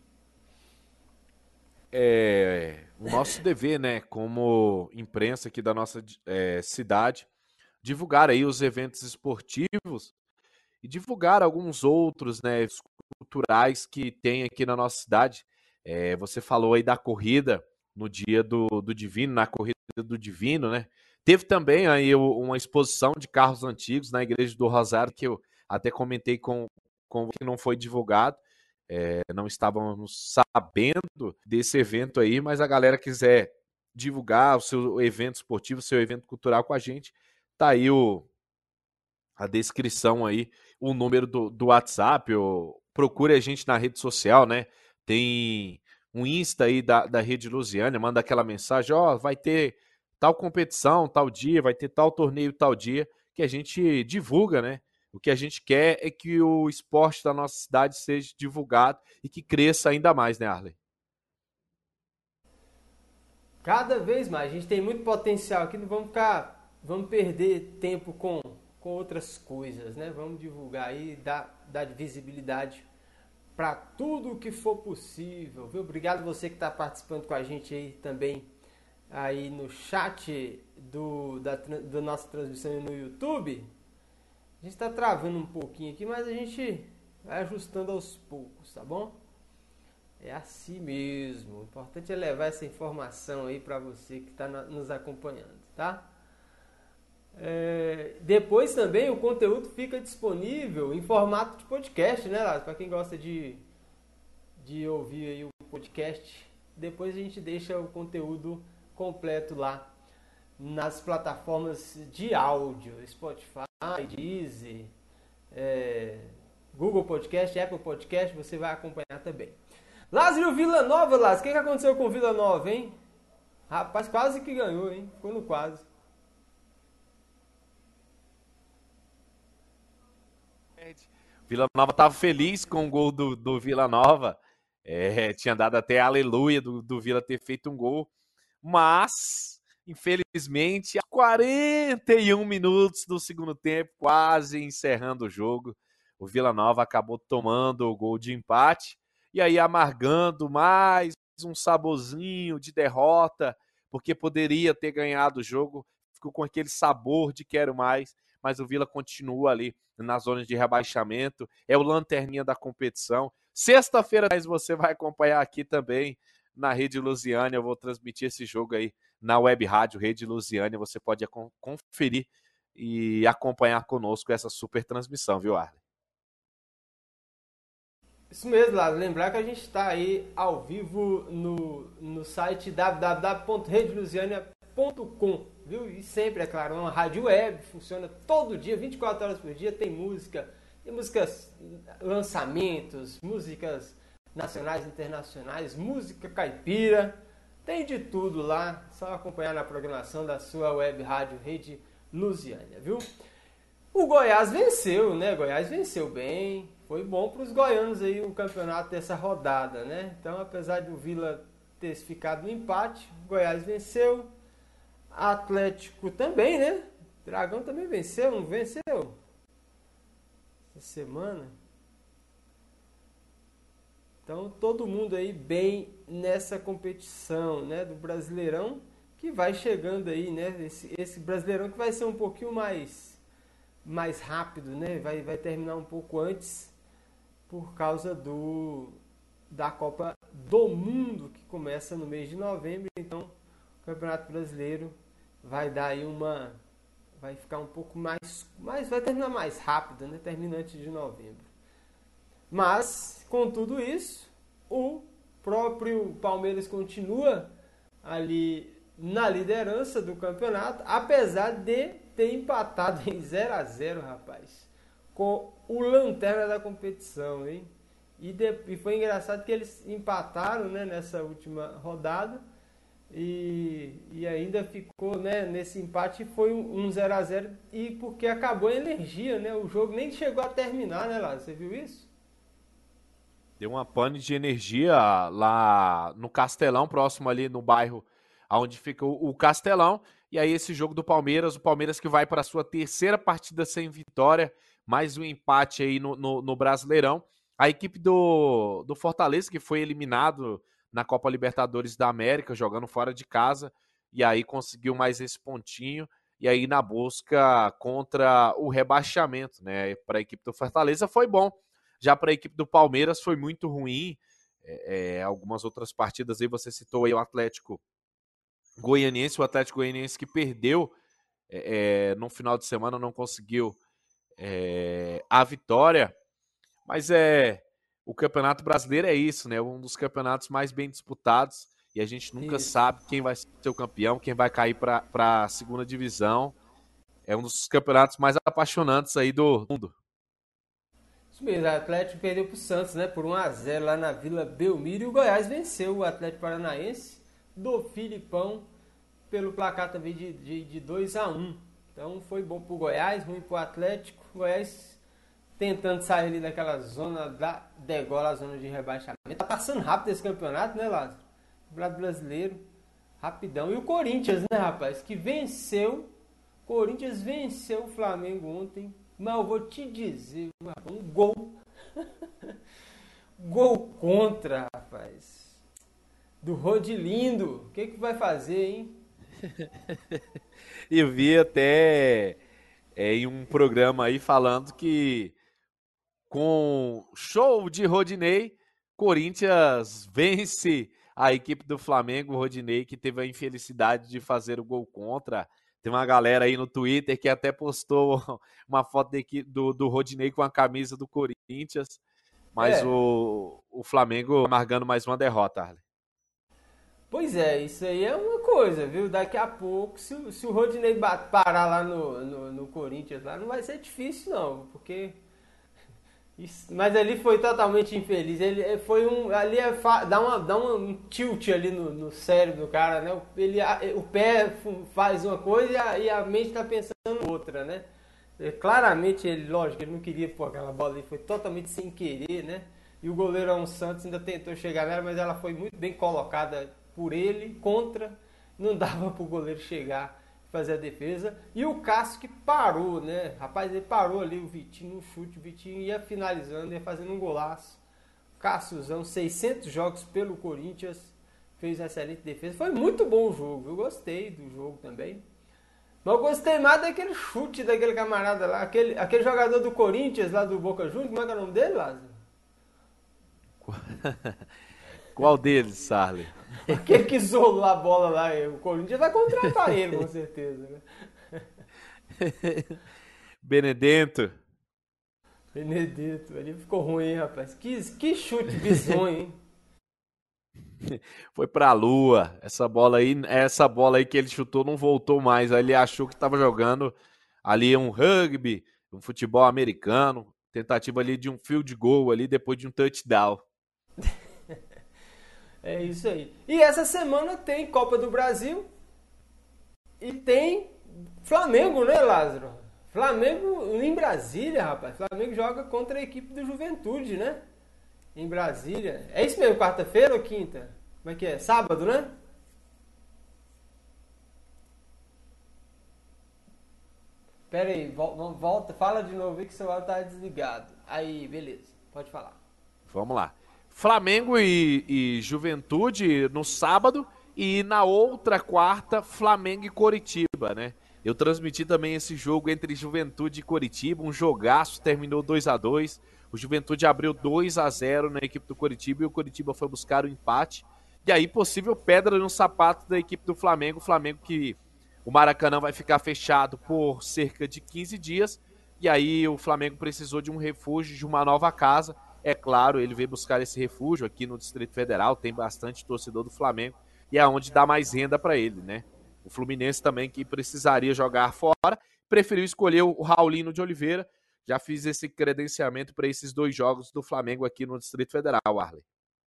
É o nosso dever, né, como imprensa aqui da nossa é, cidade, divulgar aí os eventos esportivos e divulgar alguns outros, né, culturais que tem aqui na nossa cidade. É, você falou aí da corrida no dia do, do Divino, na corrida do Divino, né? Teve também aí uma exposição de carros antigos na Igreja do Rosário, que eu até comentei com, com que não foi divulgado. É, não estávamos sabendo desse evento aí, mas a galera quiser divulgar o seu evento esportivo, o seu evento cultural com a gente, tá aí o, a descrição aí, o número do, do WhatsApp, ou procure a gente na rede social, né? Tem um Insta aí da, da Rede Lusiânia, manda aquela mensagem, ó, oh, vai ter tal competição, tal dia, vai ter tal torneio, tal dia, que a gente divulga, né? O que a gente quer é que o esporte da nossa cidade seja divulgado e que cresça ainda mais, né, Arley? Cada vez mais. A gente tem muito potencial aqui, não vamos ficar, vamos perder tempo com, com outras coisas, né? Vamos divulgar aí, dar, dar visibilidade para tudo o que for possível, viu? Obrigado você que está participando com a gente aí também, aí no chat do, da, da nossa transmissão no YouTube. A gente está travando um pouquinho aqui, mas a gente vai ajustando aos poucos, tá bom? É assim mesmo. O importante é levar essa informação aí para você que está nos acompanhando, tá? É, depois também o conteúdo fica disponível em formato de podcast, né, Lázaro? Para quem gosta de, de ouvir aí o podcast, depois a gente deixa o conteúdo completo lá nas plataformas de áudio, Spotify, Deezer, é, Google Podcast, Apple Podcast, você vai acompanhar também. Lázaro Vila Nova, Lázaro, o que, que aconteceu com o Vila Nova, hein? Rapaz, quase que ganhou, hein? Ficou no quase. Vila Nova estava feliz com o gol do, do Vila Nova. É, tinha dado até aleluia do, do Vila ter feito um gol. Mas, infelizmente, a quarenta e um minutos do segundo tempo, quase encerrando o jogo, o Vila Nova acabou tomando o gol de empate. E aí amargando mais um saborzinho de derrota, porque poderia ter ganhado o jogo, ficou com aquele sabor de quero mais, mas o Vila continua ali na zona de rebaixamento, é o lanterninha da competição. Sexta-feira você vai acompanhar aqui também na Rede Lusiânia, eu vou transmitir esse jogo aí na web rádio Rede Lusiânia, você pode conferir e acompanhar conosco essa super transmissão, viu, Arley? Isso mesmo, Lázaro. Lembrar que a gente está aí ao vivo no, no site w w w ponto rede lusiânia ponto com, viu? E sempre, é claro, é uma rádio web, funciona todo dia, vinte e quatro horas por dia, tem música, tem músicas, lançamentos, músicas nacionais, internacionais, música caipira, tem de tudo lá, só acompanhar na programação da sua web rádio Rede Lusiânia, viu? O Goiás venceu, né? Goiás venceu bem. Foi bom para os goianos aí o campeonato dessa rodada, né? Então, apesar do Vila ter ficado no empate, o Goiás venceu. Atlético também, né? Dragão também venceu, não venceu? Essa semana. Então, todo mundo aí bem nessa competição, né? Do Brasileirão, que vai chegando aí, né? Esse, esse Brasileirão que vai ser um pouquinho mais... mais rápido, né? Vai, vai terminar um pouco antes por causa do da Copa do Mundo, que começa no mês de novembro. Então, o Campeonato Brasileiro vai dar aí uma... vai ficar um pouco mais... mais vai terminar mais rápido, né? Termina antes de novembro. Mas, com tudo isso, o próprio Palmeiras continua ali na liderança do campeonato, apesar de ter empatado em zero a zero, rapaz, com o lanterna da competição, hein? E, de, e foi engraçado que eles empataram, né, nessa última rodada e, e ainda ficou, né, nesse empate foi um zero a zero e porque acabou a energia, né? O jogo nem chegou a terminar, né, Lázaro? Você viu isso? Deu uma pane de energia lá no Castelão, próximo ali no bairro onde fica o Castelão. E aí esse jogo do Palmeiras, o Palmeiras que vai para a sua terceira partida sem vitória, mais um empate aí no, no, no Brasileirão. A equipe do, do Fortaleza, que foi eliminado na Copa Libertadores da América, jogando fora de casa, e aí conseguiu mais esse pontinho, e aí na busca contra o rebaixamento, né? Para a equipe do Fortaleza foi bom, já para a equipe do Palmeiras foi muito ruim. É, é, algumas outras partidas aí, você citou aí o Atlético Goianiense, o Atlético Goianiense que perdeu é, no final de semana não conseguiu é, a vitória, mas é o Campeonato Brasileiro é isso, né? Um dos campeonatos mais bem disputados e a gente nunca Isso. sabe quem vai ser o campeão, quem vai cair para a segunda divisão. É um dos campeonatos mais apaixonantes aí do mundo. Isso mesmo, o Atlético perdeu pro Santos, né? Por um a zero lá na Vila Belmiro. E o Goiás venceu o Atlético Paranaense do Filipão pelo placar também de, de, de dois a um. Então foi bom pro Goiás, ruim pro Atlético. O Goiás tentando sair ali daquela zona da degola, a zona de rebaixamento. Tá passando rápido esse campeonato, né, Lázaro? Campeonato brasileiro, rapidão. E o Corinthians, né, rapaz? Que venceu. Corinthians venceu o Flamengo ontem. Mas eu vou te dizer, um gol. Gol contra, rapaz. Do Rodilindo. O que que vai fazer, hein? Eu vi até é, em um programa aí falando que com show de Rodinei, Corinthians vence a equipe do Flamengo. O Rodinei que teve a infelicidade de fazer o gol contra. Tem uma galera aí no Twitter que até postou uma foto do, do Rodinei com a camisa do Corinthians, mas É. o, o Flamengo amargando mais uma derrota, Arley. Pois é, isso aí é uma coisa, viu? Daqui a pouco, se, o- se o Rodinei ba- parar lá no, no, no Corinthians, lá, não vai ser difícil não, porque... isso- mas ali foi totalmente infeliz. Ele ele foi um. Ali é fa- dá, uma, dá um tilt ali no, no cérebro do cara, né? Ele, a- o pé fu- faz uma coisa e a, e a mente tá pensando outra, né? É, claramente, ele, lógico, ele não queria pôr aquela bola ali, foi totalmente sem querer, né? E o goleiro Alan Santos ainda tentou chegar nela, mas ela foi muito bem colocada por ele, contra, não dava pro goleiro chegar e fazer a defesa. E o Cássio que parou, né? Rapaz, ele parou ali, o Vitinho no chute, o Vitinho ia finalizando, ia fazendo um golaço. Cássiozão, seiscentos jogos pelo Corinthians, fez uma excelente defesa. Foi muito bom o jogo, eu gostei do jogo também. Mas eu gostei mais daquele chute daquele camarada lá, aquele, aquele jogador do Corinthians lá do Boca Juniors, como é que é o nome dele, Lázaro? Qual deles, Sarley? Aquele que isolou a bola lá, o Corinthians vai contratar ele, com certeza, né? Benedetto. Benedetto, ele ficou ruim, hein, rapaz. Que, que chute bizonho, hein? Foi pra lua. Essa bola aí, essa bola aí que ele chutou não voltou mais. Aí ele achou que estava jogando ali um rugby, um futebol americano, tentativa ali de um field goal ali depois de um touchdown. É isso aí. E essa semana tem Copa do Brasil e tem Flamengo, né, Lázaro? Flamengo em Brasília, rapaz. Flamengo joga contra a equipe do Juventude, né? Em Brasília. É isso mesmo, quarta-feira ou quinta? Como é que é? Sábado, né? Pera aí, vol- volta, fala de novo aí que o celular tá desligado. Aí, beleza, pode falar. Vamos lá. Flamengo e, e Juventude no sábado e na outra quarta, Flamengo e Coritiba, né? Eu transmiti também esse jogo entre Juventude e Coritiba, um jogaço, terminou dois a dois. O Juventude abriu dois a zero na equipe do Coritiba e o Coritiba foi buscar o empate. E aí, possível pedra no sapato da equipe do Flamengo. O Flamengo que o Maracanã vai ficar fechado por cerca de quinze dias. E aí o Flamengo precisou de um refúgio, de uma nova casa. É claro, ele veio buscar esse refúgio aqui no Distrito Federal, tem bastante torcedor do Flamengo e é onde dá mais renda para ele, né? O Fluminense também, que precisaria jogar fora, preferiu escolher o Raulino de Oliveira. Já fiz esse credenciamento para esses dois jogos do Flamengo aqui no Distrito Federal, Arley.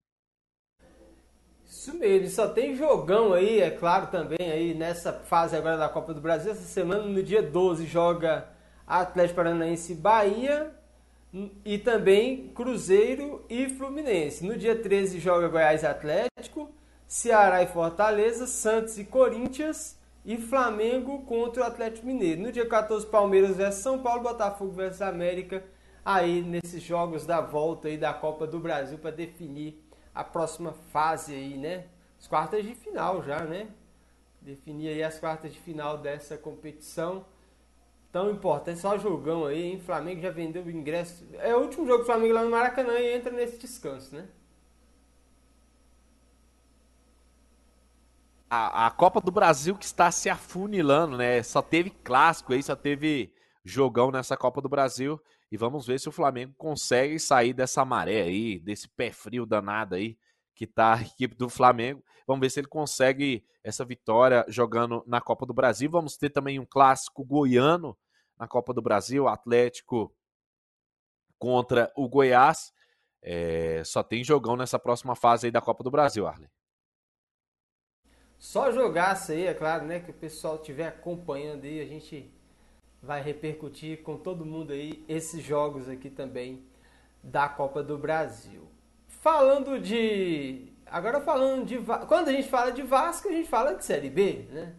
Isso mesmo, só tem jogão aí, é claro, também aí nessa fase agora da Copa do Brasil. Essa semana, no dia doze, joga Atlético Paranaense e Bahia e também Cruzeiro e Fluminense. No dia treze, joga Goiás e Atlético, Ceará e Fortaleza, Santos e Corinthians e Flamengo contra o Atlético Mineiro. No dia quatorze, Palmeiras versus São Paulo, Botafogo versus América, aí nesses jogos da volta aí da Copa do Brasil para definir a próxima fase aí, né? As quartas de final já, né? Definir aí as quartas de final dessa competição tão importante. Só jogão aí, hein? Flamengo já vendeu o ingresso. É o último jogo do Flamengo lá no Maracanã e entra nesse descanso, né? a, a Copa do Brasil que está se afunilando, né? Só teve clássico aí, só teve jogão nessa Copa do Brasil. E vamos ver se o Flamengo consegue sair dessa maré aí, desse pé frio danado aí que tá a equipe do Flamengo. Vamos ver se ele consegue essa vitória jogando na Copa do Brasil. Vamos ter também um clássico goiano na Copa do Brasil, Atlético contra o Goiás. É, só tem jogão nessa próxima fase aí da Copa do Brasil, Arley. Só jogaço aí, é claro, né? Que o pessoal estiver acompanhando aí, a gente vai repercutir com todo mundo aí esses jogos aqui também da Copa do Brasil. Falando de... Agora falando de... Quando a gente fala de Vasco, a gente fala de Série B, né?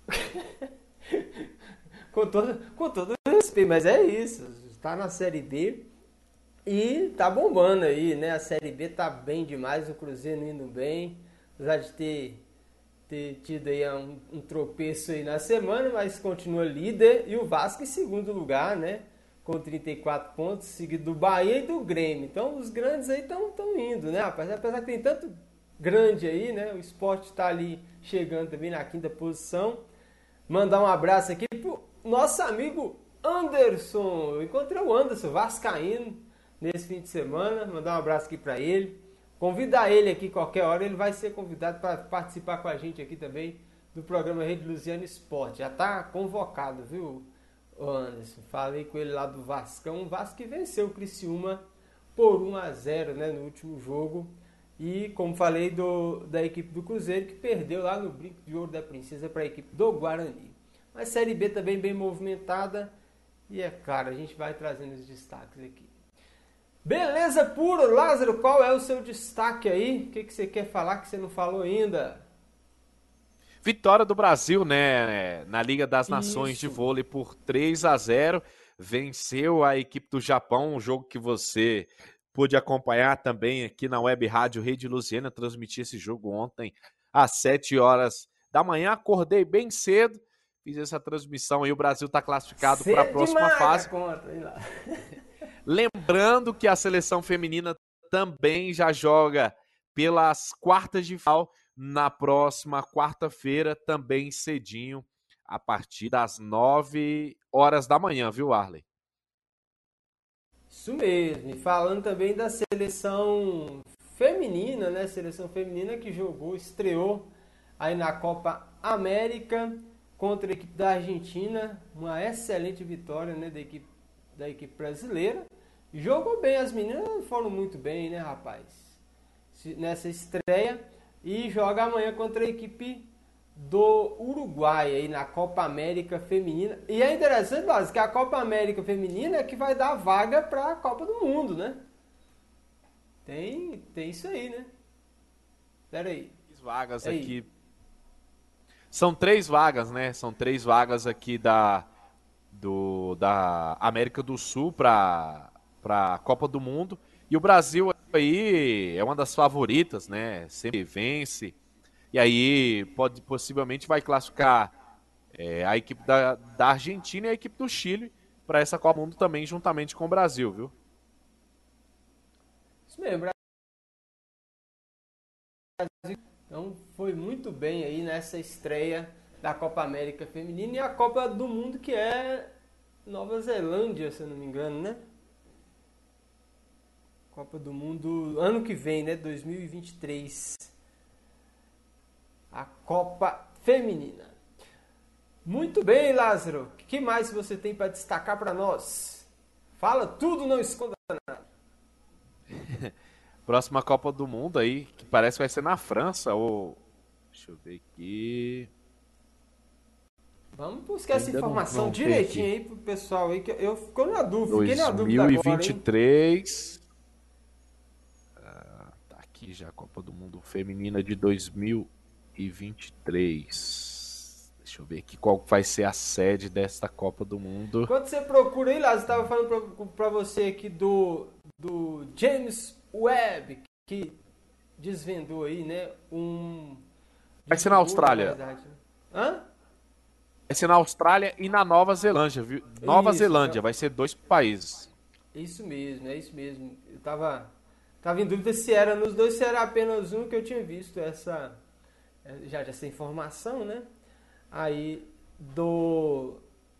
com, todo, com todo respeito, mas é isso. Está na Série B e tá bombando aí, né? A Série B tá bem demais, o Cruzeiro indo bem, apesar de ter... ter tido aí um, um tropeço aí na semana, mas continua líder, e o Vasco em segundo lugar, né, com trinta e quatro pontos, seguido do Bahia e do Grêmio. Então os grandes aí estão indo, né, rapaz? Apesar que tem tanto grande aí, né, o Sport está ali chegando também na quinta posição. Mandar um abraço aqui pro nosso amigo Anderson. Eu encontrei o Anderson vascaíno nesse fim de semana, mandar um abraço aqui para ele. Convidar ele aqui qualquer hora, ele vai ser convidado para participar com a gente aqui também do programa Rede Luziana Esporte. Já está convocado, viu, Anderson? Falei com ele lá do Vascão, o Vasco que venceu o Criciúma por um a zero, né, no último jogo. E como falei do, da equipe do Cruzeiro, que perdeu lá no Brinco de Ouro da Princesa para a equipe do Guarani. Mas Série B também bem movimentada e é claro, a gente vai trazendo os destaques aqui. Beleza puro, Lázaro, qual é o seu destaque aí? O que, que você quer falar que você não falou ainda? Vitória do Brasil, né, na Liga das Nações Isso. de vôlei por três a zero. Venceu a equipe do Japão, um jogo que você pôde acompanhar também aqui na Web Rádio Rede Luziana. Transmiti esse jogo ontem às sete horas da manhã. Acordei bem cedo, fiz essa transmissão e o Brasil está classificado para a próxima fase. Conta, aí lá. Lembrando que a seleção feminina também já joga pelas quartas de final na próxima quarta-feira, também cedinho, a partir das nove horas da manhã, viu, Arley? Isso mesmo. E falando também da seleção feminina, né? Seleção feminina que jogou, estreou aí na Copa América contra a equipe da Argentina. Uma excelente vitória, né, da equipe, da equipe brasileira. Jogou bem, as meninas foram muito bem, né, rapaz? Nessa estreia. E joga amanhã contra a equipe do Uruguai aí na Copa América Feminina. E é interessante, Lázaro, que a Copa América Feminina é que vai dar vaga para a Copa do Mundo, né? Tem, tem isso aí, né? Pera aí. Três vagas aí. aqui. São três vagas, né? São três vagas aqui da, do, da América do Sul para a Copa do Mundo. E o Brasil aí é uma das favoritas, né? Sempre vence. E aí pode, possivelmente vai classificar é, a equipe da, da Argentina e a equipe do Chile para essa Copa do Mundo também, juntamente com o Brasil, viu? Isso mesmo. Então foi muito bem aí nessa estreia da Copa América Feminina e a Copa do Mundo, que é Nova Zelândia, se eu não me engano, né? Copa do Mundo ano que vem, né? dois mil e vinte e três. A Copa Feminina. Muito bem, Lázaro. O que mais você tem para destacar para nós? Fala tudo, não esconda nada. Próxima Copa do Mundo aí, que parece que vai ser na França, ou... Deixa eu ver aqui... Vamos buscar essa Ainda informação não- não direitinho tem aí pro pessoal aí, que eu fico na dúvida, fiquei na dúvida agora, hein? dois mil e vinte e três... Ah, tá aqui já a Copa do Mundo Feminina de dois mil e vinte e três. Deixa eu ver aqui qual vai ser a sede desta Copa do Mundo. Quando você procura aí, Lázaro, eu tava falando pra, pra você aqui do, do James Webb, que desvendou aí, né, um... Vai ser na Austrália. Na verdade, né? Hã? Vai ser na Austrália e na Nova Zelândia, viu? Nova Isso, Zelândia, então. vai ser dois países. Isso mesmo, é isso mesmo. Eu tava, tava em dúvida se era nos dois, se era apenas um, que eu tinha visto essa, já dessa informação, né? Aí do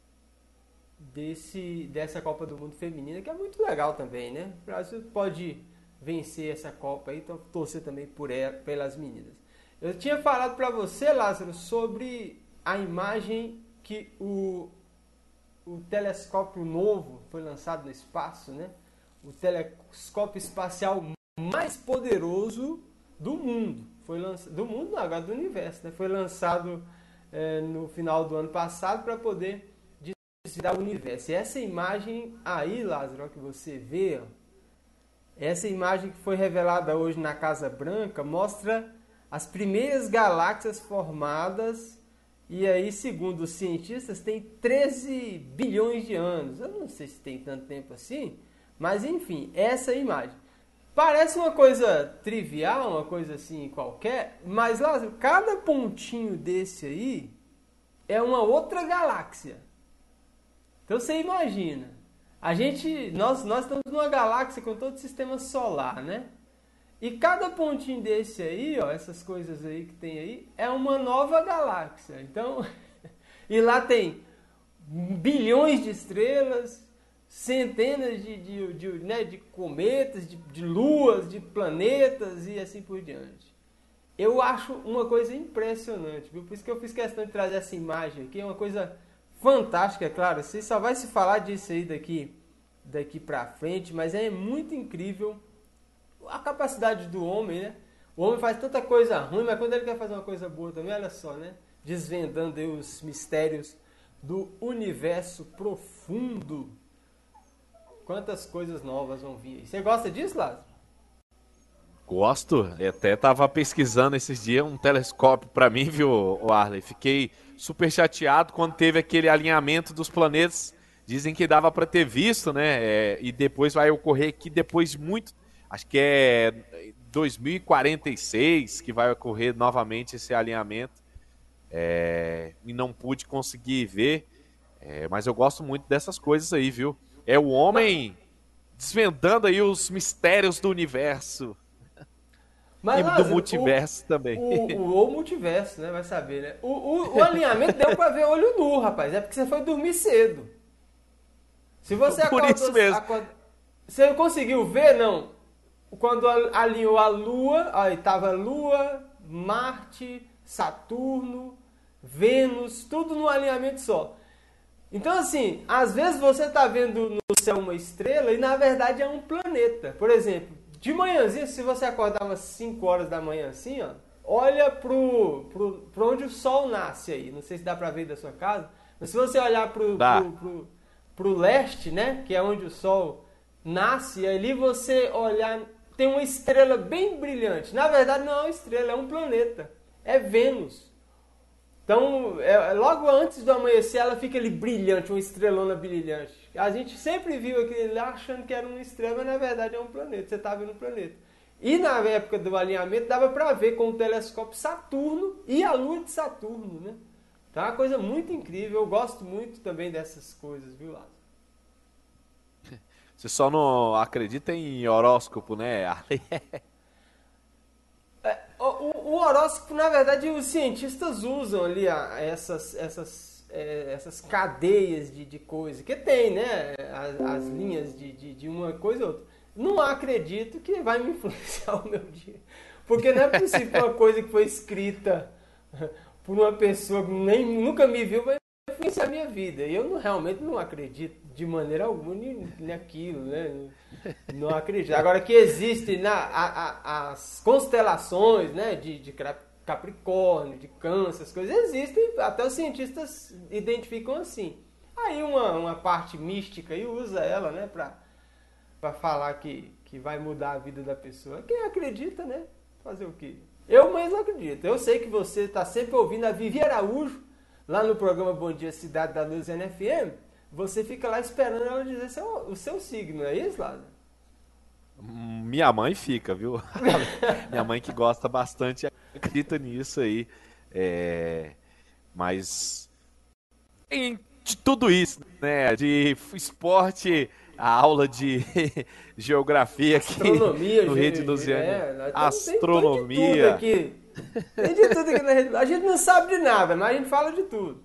desse dessa Copa do Mundo feminina, que é muito legal também, né? O Brasil pode vencer essa Copa aí, então torcer também por ela, pelas meninas. Eu tinha falado para você, Lázaro, sobre a imagem que o o telescópio novo foi lançado no espaço, né? O telescópio espacial mais poderoso do mundo. Foi lançado, do mundo não, agora do universo, né? Foi lançado é, no final do ano passado para poder desvendar o universo. E essa imagem aí, Lázaro, que você vê, ó, essa imagem que foi revelada hoje na Casa Branca mostra as primeiras galáxias formadas. E aí, segundo os cientistas, tem treze bilhões de anos. Eu não sei se tem tanto tempo assim, mas enfim, essa é a imagem. Parece uma coisa trivial, uma coisa assim qualquer, mas Lázaro, cada pontinho desse aí é uma outra galáxia. Então você imagina, a gente, nós, nós estamos numa galáxia com todo o sistema solar, né? E cada pontinho desse aí, ó, essas coisas aí que tem aí, é uma nova galáxia. Então, e lá tem bilhões de estrelas, centenas de, de, de, né, de cometas, de, de luas, de planetas e assim por diante. Eu acho uma coisa impressionante, viu? Por isso que eu fiz questão de trazer essa imagem aqui, é uma coisa fantástica, é claro. Você só vai se falar disso aí daqui, daqui pra frente, mas é muito incrível a capacidade do homem, né? O homem faz tanta coisa ruim, mas quando ele quer fazer uma coisa boa também, olha só, né? Desvendando aí os mistérios do universo profundo. Quantas coisas novas vão vir. Você gosta disso, Lázaro? Gosto. Eu até tava pesquisando esses dias um telescópio para mim, viu, Arley? Fiquei super chateado quando teve aquele alinhamento dos planetas. Dizem que dava para ter visto, né? É, e depois vai ocorrer aqui depois de muito... Acho que é dois mil e quarenta e seis que vai ocorrer novamente esse alinhamento. É, e não pude conseguir ver. É, mas eu gosto muito dessas coisas aí, viu? É o homem desvendando aí os mistérios do universo. Mas, e Lázaro, do multiverso o, também. O, o, o multiverso, né? Vai saber, né? O, o, o alinhamento deu pra ver olho nu, rapaz. É porque você foi dormir cedo. Se você Por acordou, isso mesmo. Acordou, você conseguiu ver, não? Quando alinhou a Lua, aí tava Lua, Marte, Saturno, Vênus, tudo num alinhamento só. Então, assim, às vezes você está vendo no céu uma estrela e, na verdade, é um planeta. Por exemplo, de manhãzinha, se você acordar umas cinco horas da manhã assim, ó, olha pro, pro, pro onde o sol nasce aí. Não sei se dá para ver da sua casa, mas se você olhar pro, pro, pro, pro leste, né, que é onde o sol nasce, e ali você olhar, tem uma estrela bem brilhante. Na verdade, não é uma estrela, é um planeta. É Vênus. Então, é, logo antes do amanhecer, ela fica ali brilhante, uma estrelona brilhante. A gente sempre viu aquele lá achando que era uma estrela, mas na verdade é um planeta. Você está vendo um planeta. E na época do alinhamento, dava para ver com o telescópio Saturno e a Lua de Saturno, né? Então é uma coisa muito incrível. Eu gosto muito também dessas coisas, viu, Lázaro? Você só não acredita em horóscopo, né? É, o, o horóscopo, na verdade, os cientistas usam ali a, essas, essas, é, essas cadeias de, de coisa que tem, né? As, as linhas de, de, de uma coisa ou outra. Não acredito que vai me influenciar o meu dia. Porque não é possível que uma coisa que foi escrita por uma pessoa que nem, nunca me viu vai influenciar a minha vida. E eu não, realmente não acredito de maneira alguma naquilo, né? Não acredito. Agora que existem na, a, a, as constelações, né, de, de Capricórnio, de Câncer, as coisas existem, até os cientistas identificam assim. Aí uma, uma parte mística aí usa ela, né, pra, pra falar que, que vai mudar a vida da pessoa. Quem acredita, né? Fazer o quê? Eu mesmo acredito. Eu sei que você está sempre ouvindo a Vivi Araújo, lá no programa Bom Dia Cidade da Luz N F M, você fica lá esperando ela dizer seu, o seu signo, é isso, Lázaro? Minha mãe fica, viu? Minha mãe que gosta bastante acredita nisso aí. É... Mas quem, de tudo isso, né? De esporte, a aula de geografia aqui Astronomia, no Rede Luziane. É, Astronomia. Tem de tudo aqui. Tem de tudo aqui na Rede. A gente não sabe de nada, mas a gente fala de tudo.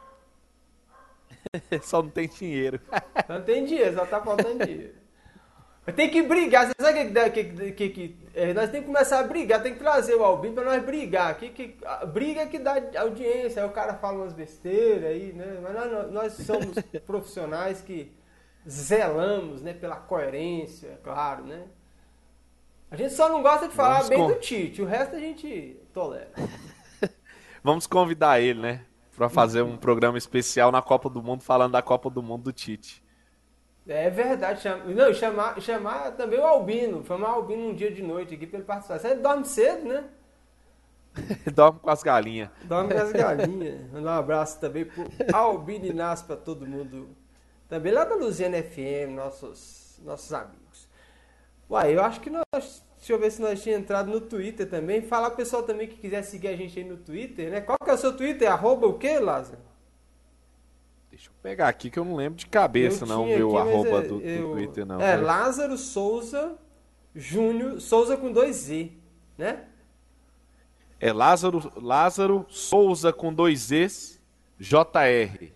Só não tem dinheiro. Não tem dinheiro, só tá faltando dinheiro. Tem que brigar, você sabe o que, que, que, que é, nós temos que começar a brigar, tem que trazer o Albino pra nós brigar. Que, que, a briga que dá audiência, aí o cara fala umas besteiras aí, né? Mas nós, nós somos profissionais que zelamos, né, pela coerência, claro, né? A gente só não gosta de falar Vamos bem com... do Tite, o resto a gente tolera. Vamos convidar ele, né? Pra fazer um programa especial na Copa do Mundo, falando da Copa do Mundo do Tite. É verdade, chama, não, chamar, chamar também o Albino, chamar o Albino um dia de noite aqui pra ele participar. Você dorme cedo, né? Dorme com as galinhas. Dorme com as galinhas. Mandar um abraço também pro Albino Inácio pra todo mundo. Também lá da Luziane F M, nossos, nossos amigos. Uai, eu acho que nós, deixa eu ver se nós tínhamos entrado no Twitter também. Falar pro pessoal também que quiser seguir a gente aí no Twitter, né? Qual que é o seu Twitter? Arroba o quê, Lázaro? Deixa eu pegar aqui que eu não lembro de cabeça, eu não, meu aqui, arroba é, do, do eu, Twitter, não. É, Lázaro Souza Júnior, Souza com dois Z, né? É Lázaro, Lázaro Souza com dois Zs, J R.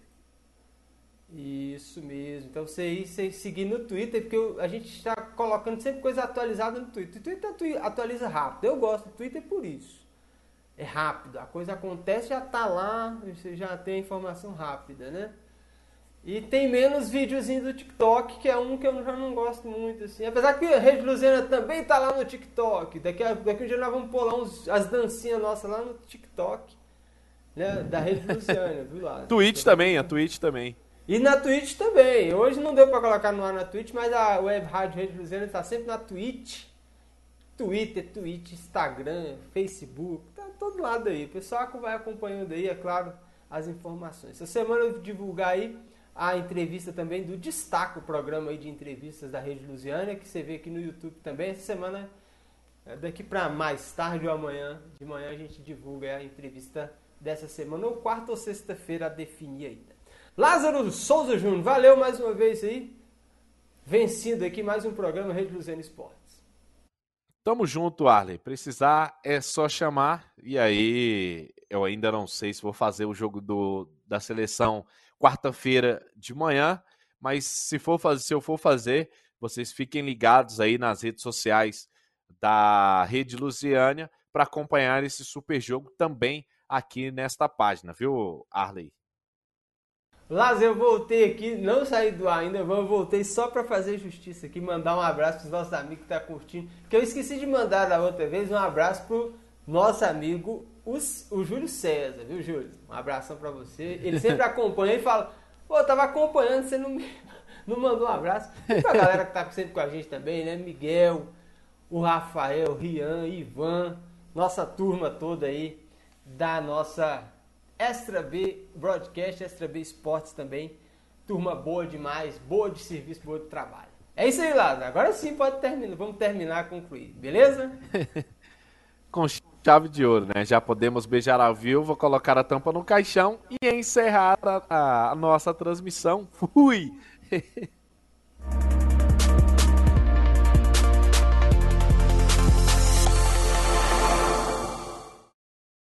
Isso mesmo. Então você ir você seguir no Twitter, porque eu, a gente está colocando sempre coisa atualizada no Twitter. O Twitter atualiza rápido. Eu gosto do Twitter por isso. É rápido. A coisa acontece, já tá lá, você já tem a informação rápida, né? E tem menos videozinhos do TikTok, que é um que eu já não gosto muito, assim. Apesar que a Rede Luziana também tá lá no TikTok. Daqui a, daqui a um dia nós vamos pôr lá uns, as dancinhas nossas lá no TikTok, né? Da Rede Luziana, viu lá? Twitch também, a Twitch também. E na Twitch também. Hoje não deu pra colocar no ar na Twitch, mas a Web Rádio Rede Luziana tá sempre na Twitch. Twitter, Twitch, Instagram, Facebook, tá todo lado aí. O pessoal que vai acompanhando aí, é claro, as informações. Essa semana eu vou divulgar aí a entrevista também do Destaca, o programa aí de entrevistas da Rede Luziana, que você vê aqui no YouTube também. Essa semana, daqui para mais tarde ou amanhã, de manhã a gente divulga a entrevista dessa semana, ou quarta ou sexta-feira a definir ainda. Lázaro Souza Júnior, valeu mais uma vez aí, vencido aqui mais um programa Rede Luziana Esportes. Tamo junto, Arley. Precisar é só chamar, e aí eu ainda não sei se vou fazer o jogo do, da seleção quarta-feira de manhã, mas se, for fazer, se eu for fazer, vocês fiquem ligados aí nas redes sociais da Rede Luziânia para acompanhar esse super jogo também aqui nesta página, viu, Arley? Lázaro, eu voltei aqui, não saí do ar ainda, eu voltei só para fazer justiça aqui, mandar um abraço para os nossos amigos que estão curtindo, que eu esqueci de mandar da outra vez, um abraço pro nosso amigo o, o Júlio César, viu, Júlio? Um abração para você. Ele sempre acompanha e fala, pô, eu tava acompanhando, você não, me, não mandou um abraço. E pra galera que tá sempre com a gente também, né? Miguel, o Rafael, Rian, Ivan, nossa turma toda aí da nossa Extra B Broadcast, Extra B Esportes também. Turma boa demais, boa de serviço, boa de trabalho. É isso aí, Lázaro. Agora sim pode terminar, vamos terminar, concluir, beleza? Com chave de ouro, né? Já podemos beijar ao vivo, colocar a tampa no caixão e encerrar a, a, a nossa transmissão. Fui!